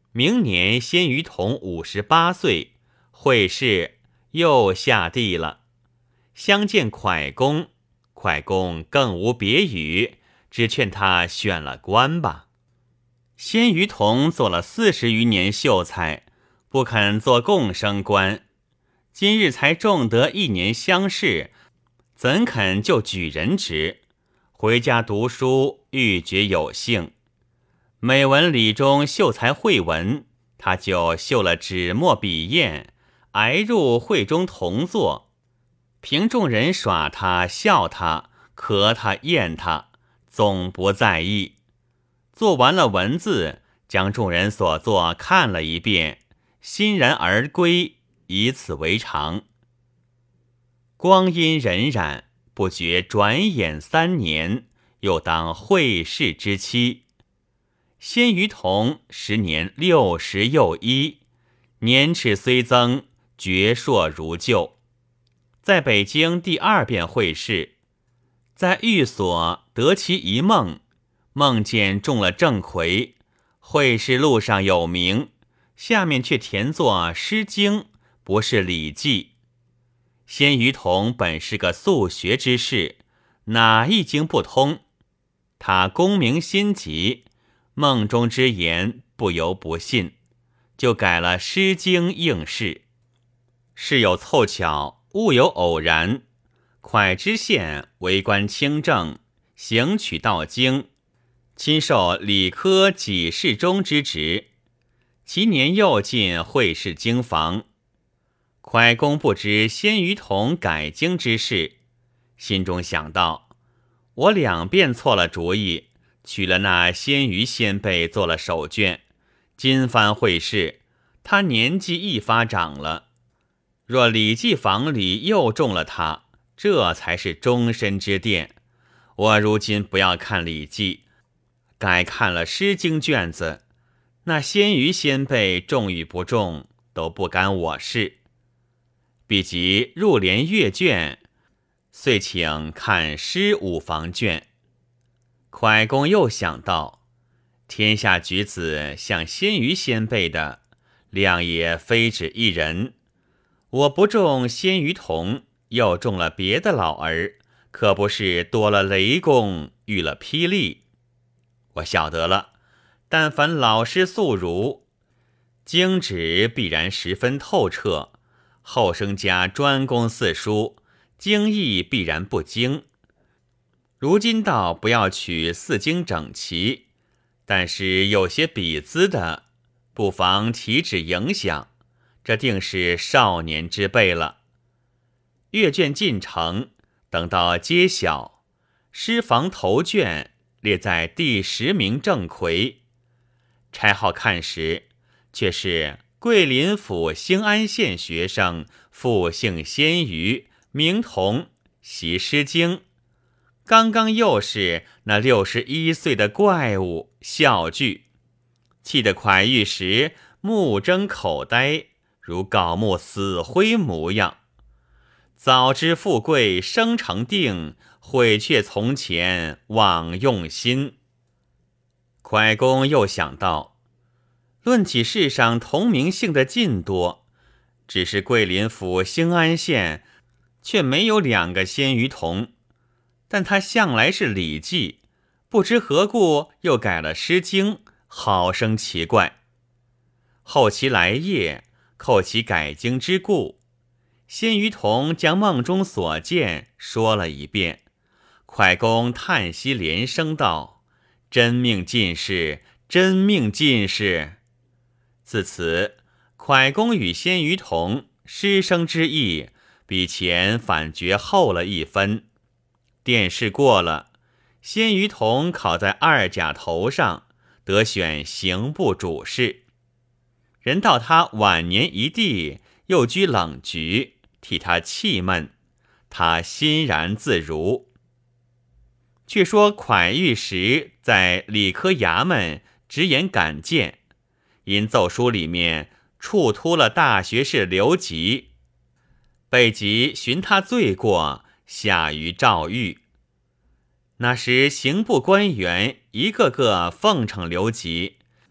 明年鲜于同58岁，会试又下地了。相见蒯公，蒯公更无别语，只劝他选了官吧。鲜于同做了40余年秀才，不肯做贡生官，今日才中得1年乡试，怎肯就举人职？回家读书，愈觉有幸。每闻礼中秀才会文，他就绣了纸墨笔砚，挨入会中同坐。凭众人耍他、笑他、咳他、厌他，总不在意。做完了文字，将众人所作看了一遍，欣然而归，以此为常。光阴荏苒，不觉转眼3年，又当会试之期。鲜于同时年60又1，年齿虽增，矍铄如旧。在北京第2遍会试，在寓所得其一梦，梦见中了正魁，会试录上有名，下面却填作《诗经》，不是《礼记》。鲜于同本是个素学之士，哪一经不通？他功名心急，梦中之言不由不信，就改了《诗经》应试。事有凑巧，物有偶然，蒯知县为官清正，行取道经，亲受理科给事中之职。其年又进会试经房。蒯公不知鲜于同改经之事，心中想到：我2遍错了主意，取了那鲜于先辈做了手卷，今番会试，他年纪一发长了。若礼记房里又中了他，这才是终身之奠。我如今不要看礼记，该看了诗经卷子，那鲜于先辈中与不中都不干我事。毕即入联阅卷，遂请看诗5房卷。蒯公又想到，天下举子像鲜于先辈的，量也非止一人。我不中鲜于同，又中了别的老儿，可不是多了雷公，遇了霹雳。我晓得了，但凡老师素儒，经旨必然十分透彻，后生家专攻四书，经义必然不精。如今倒不要取4经整齐，但是有些笔姿的，不妨提指影响，这定是少年之辈了。阅卷进程，等到揭晓，诗房头卷列在第10名正魁。拆号看时，却是桂林府兴安县学生，复姓鲜于，名同，习《诗经》。刚刚又是那61岁的怪物笑具，气得蒯御史目睁口呆，如槁木死灰模样。早知富贵生成定，悔却从前枉用心。蒯公又想到，论起世上同名姓的尽多，只是桂林府兴安县却没有2个鲜于同，但他向来是礼记，不知何故又改了《诗经》，好生奇怪。后其来夜，扣其改经之故，鲜于同将梦中所见说了一遍。蒯公叹息连声道：真命尽是，真命尽是。自此，蒯公与鲜于同师生之谊，比前反觉厚了1分。殿试过了，鲜于同考在2甲头上，得选刑部主事。人道他晚年一地，又居冷局，替他气闷，他欣然自如。却说蒯御史在理科衙门直言敢谏，因奏书里面触突了大学士刘吉，被即寻他罪过，下于诏狱。那时刑部官员一个个奉承刘吉，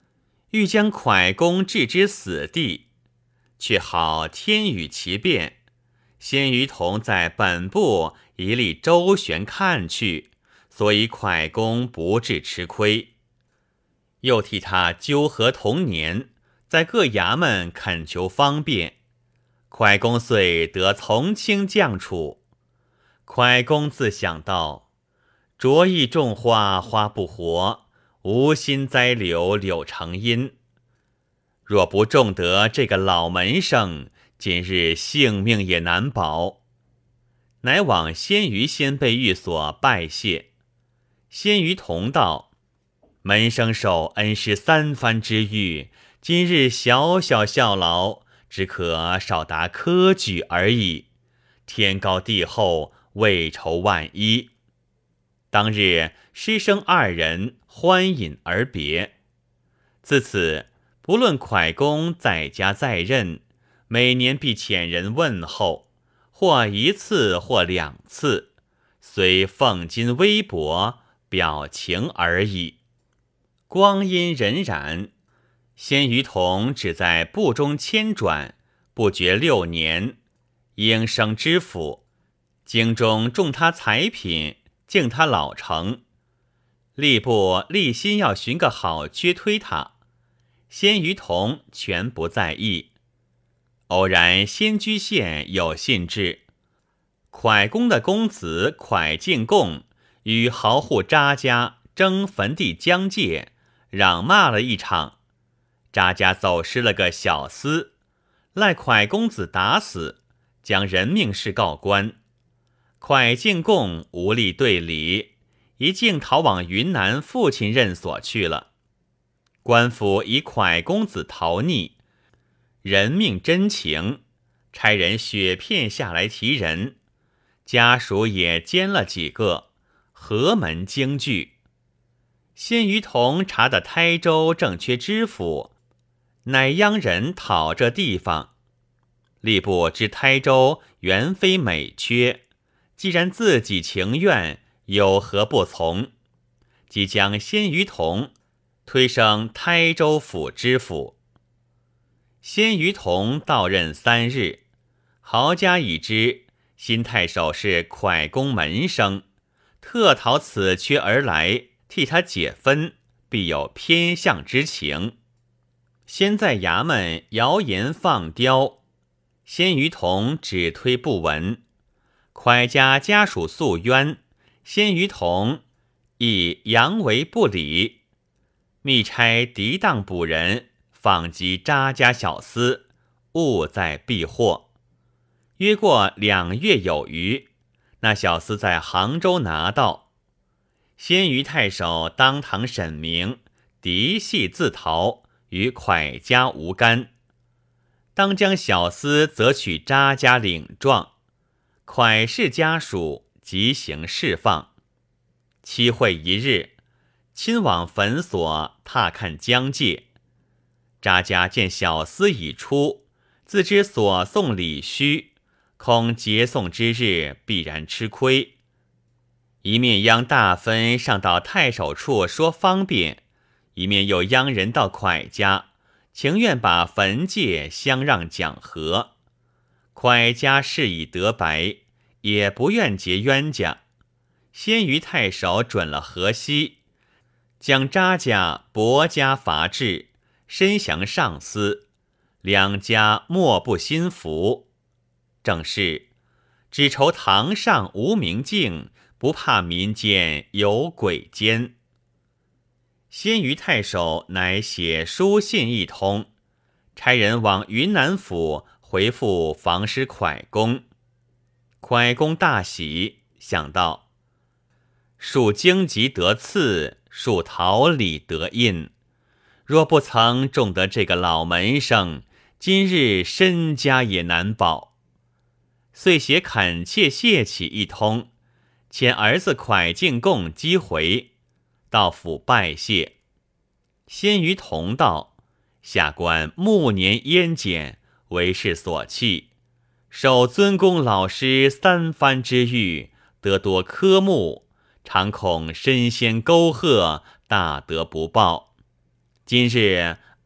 欲将蒯公置之死地，却好天与其变。鲜于同在本部一力周旋看去，所以蒯公不致吃亏。又替他纠合同年，在各衙门恳求方便，蒯公遂得从轻降处。蒯公自想到，着意种花，花不活；无心栽柳，柳成荫。若不种得这个老门生，今日性命也难保。乃往鲜于先辈寓所拜谢。鲜于同道：门生受恩师3番之誉，今日小小效劳，只可少达科举而已。天高地厚，未愁万一。当日师生2人欢饮而别。自此不论蒯公在家在任，每年必遣人问候，或1次或2次，虽俸金微薄，表情而已。光阴荏苒，鲜于同只在部中迁转，不觉6年，应升知府。京中重他才品，敬他老成。吏部立心要寻个好缺推他，鲜于同全不在意。偶然仙居县有信至，蒯公的公子蒯进贡与豪户查家争坟地疆界，嚷骂了一场。查家走失了个小厮，赖蒯公子打死，将人命事告官。蒯进贡无力对理，一径逃往云南父亲任所去了。官府以蒯公子逃匿，人命真情，差人雪片下来提人，家属也奸了几个，何门惊惧。鲜于同查得台州正缺知府，乃央人讨这地方。吏部知台州原非美缺，既然自己情愿，有何不从？即将鲜于同推升台州府知府。鲜于同到任3日，豪家已知新太守是蒯公门生，特讨此缺而来，替他解分，必有偏向之情。先在衙门谣言放刁，鲜于同只推不闻。蒯家家属诉冤，鲜于同亦佯为不理，密差敌当捕人，访及查家小厮，务在避祸。约过2月有余，那小厮在杭州拿到。鲜于太守当堂审明，嫡系自逃，与蒯家无干。当将小厮责取查家领状，蒯氏家属即行释放。期会1日，亲往坟所踏看疆界。查家见小厮已出，自知所送礼虚，恐结送之日必然吃亏。一面央大分上到太守处说方便，一面又央人到蒯家，情愿把坟界相让讲和。蒯家事已得白，也不愿结冤家。鲜于太守准了河西，将查家薄加罚治，申降上司，两家莫不心服。正是只愁堂上无明镜，不怕民间有鬼奸。鲜于太守乃写书信一通，差人往云南府回复防师蒯公。蒯公大喜，想到树荆棘得刺，树桃李得印，若不曾种得这个老门生，今日身家也难保。遂写恳切谢启一通，遣儿子蒯进贡击回，到府拜谢。鲜于同道，下官暮年烟简，为世所弃，受尊公老师3番之誉，得多科目，常恐身先沟壑，大德不报。今日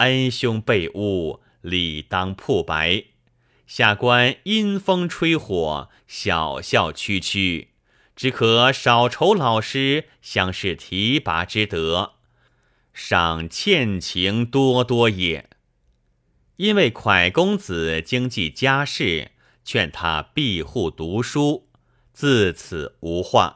恩兄被诬，理当曝白。下官阴风吹火，小校区区，只可少酬老师乡试提拔之德，赏欠情多多也。因为蒯公子经济家世，劝他闭户读书，自此无话。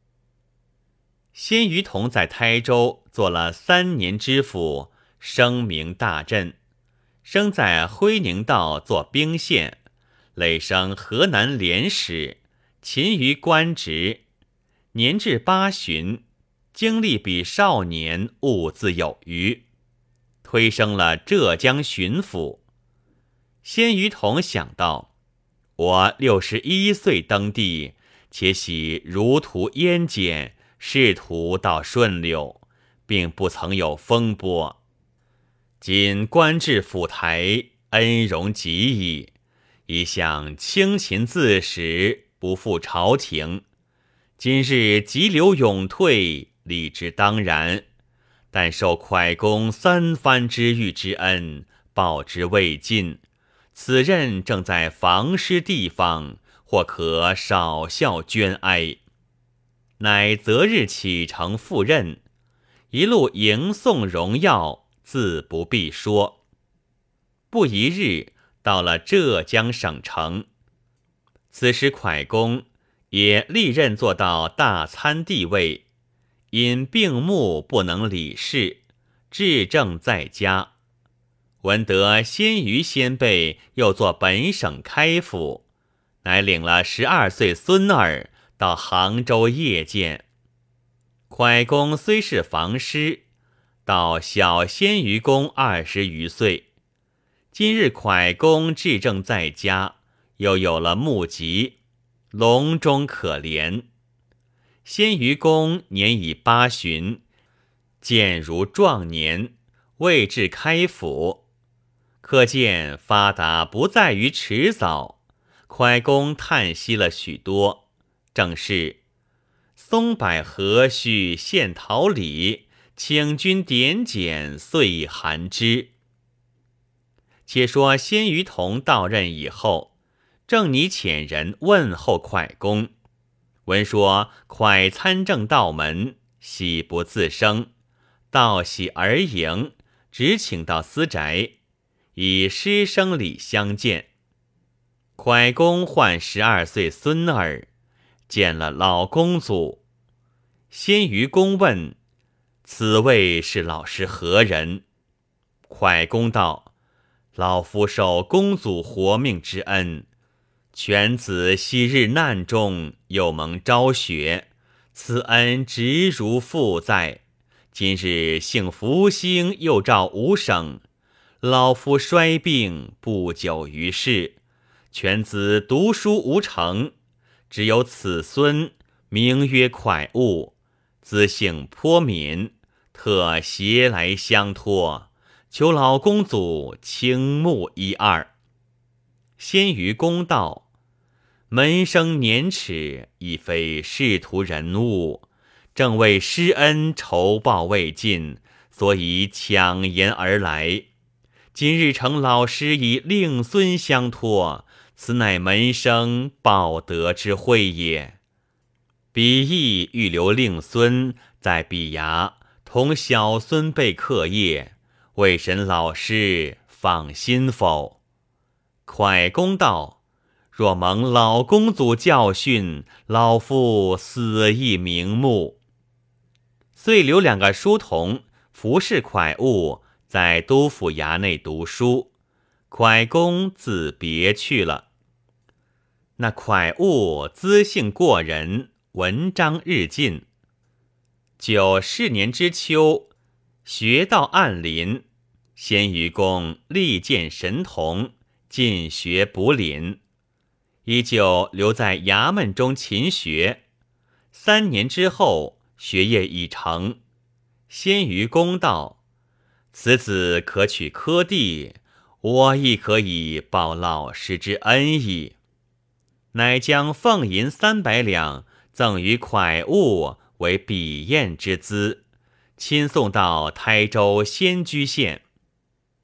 鲜于同在台州做了3年知府，声名大振，生在辉宁道做兵县，累升河南连使，勤于官职。年至8旬，经历比少年物自有余，推升了浙江巡抚。鲜于同想到，我61岁登第，且喜如图烟简，仕途倒顺溜，并不曾有风波。今官至府台，恩荣极矣，一向清勤自始，不负朝廷。今日急流勇退，理之当然，但受蒯公3番知遇之恩，报之未尽。此任正在防师地方，或可少效捐哀。乃择日启程赴任，一路迎送荣耀，自不必说。不一日，到了浙江省城。此时蒯公也历任做到大参地位，因病目不能理事，治政在家。闻得鲜于先辈又做本省开府，乃领了12岁孙儿到杭州谒见。蒯公虽是房师，到小鲜于公20余岁。今日蒯公治政在家，又有了目疾，隆中可怜。鲜于公年已8旬，见如壮年，未至开府。可见发达不在于迟早。蒯公叹息了许多，正是松柏何须献桃李，请君点检岁寒枝。且说鲜于同到任以后，正拟遣人问候蒯公，闻说蒯参政到门，喜不自胜，道喜而迎，只请到私宅，以师生礼相见。蒯公唤12岁孙儿，见了老公祖。鲜于公问：此位是老师何人？蒯公道：老夫受公祖活命之恩，犬子昔日难中，又蒙昭雪，此恩直如父在。今日幸福星又照5省，老夫衰病不久于世，犬子读书无成，只有此孙名曰蒯物，资性颇敏，特携来相托，求老公祖倾慕1、2。鲜于公道：门生年齿，亦非仕途人物，正为师恩酬报未尽，所以抢言而来。今日承老师以令孙相托，此乃门生报德之惠也。彼亦欲留令孙在彼衙同小孙辈课业，未审老师放心否？蒯公道：若蒙老公祖教训，老夫死亦瞑目。遂留2个书童服侍蒯物，在都府衙内读书。蒯公自别去了。那蒯物资性过人，文章日进。9是年之秋，学道暗临，鲜于公力荐神童，进学补廪，依旧留在衙门中勤学。3年之后，学业已成。鲜于公道：此子可取科第，我亦可以报老师之恩矣。乃将俸银300两赠与蒯物为笔砚之资，亲送到台州仙居县。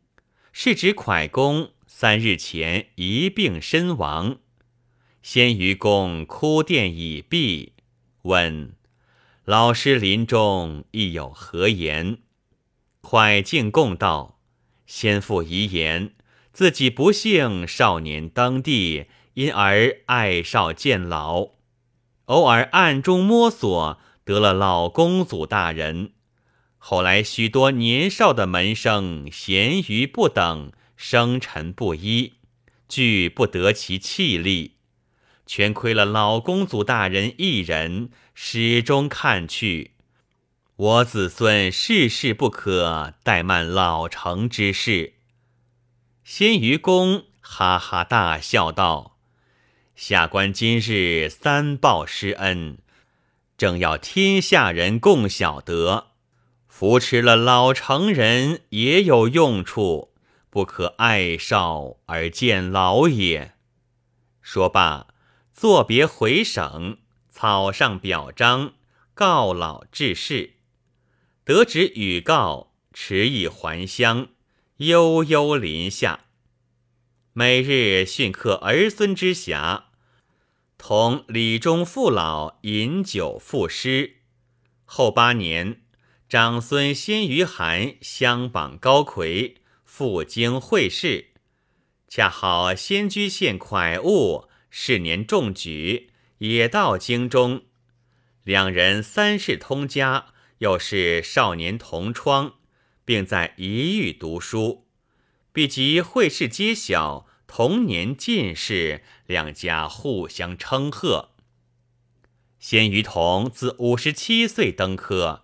是指蒯公3日前一病身亡。先于公哭奠已毕，问老师临终亦有何言？蒯敬公道：先父遗言，自己不幸少年登第，因而爱少渐老，偶尔暗中摸索，得了老公祖大人。后来许多年少的门生咸鱼不等，生辰不一，俱不得其气力，全亏了老公祖大人一人，始终看去。我子孙事事不可怠慢老成之事。先于公哈哈大笑道：下官今日3报师恩，正要天下人共晓得，扶持了老成人也有用处，不可爱少而见老也。说罢，作别回省，草上表彰，告老致仕。得旨与告，迟意还乡，悠悠林下。每日训课儿孙之暇，同李中父老饮酒赋诗。后8年，长孙先于涵相榜高魁，赴京会试，恰好先居县蒯务是年中举，也到京中。两人3世通家，又是少年同窗，并在一狱读书。必及会试揭晓，同年进士，两家互相称贺。先于同自57岁登科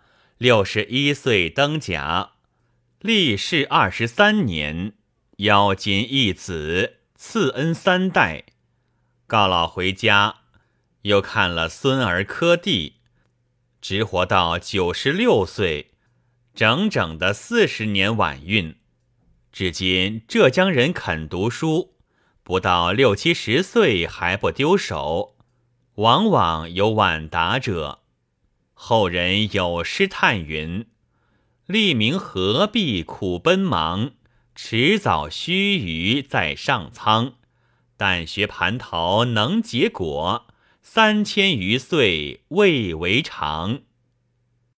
，61岁登甲，历仕23年，夭今一子，赐恩3代。告老回家，又看了孙儿科第，直活到96岁，整整的40年晚运。至今浙江人肯读书，不到60、70岁还不丢手，往往有晚达者。后人有诗叹云：立名何必苦奔忙，迟早须臾在上苍。但学蟠桃能结果，3000余岁未为常。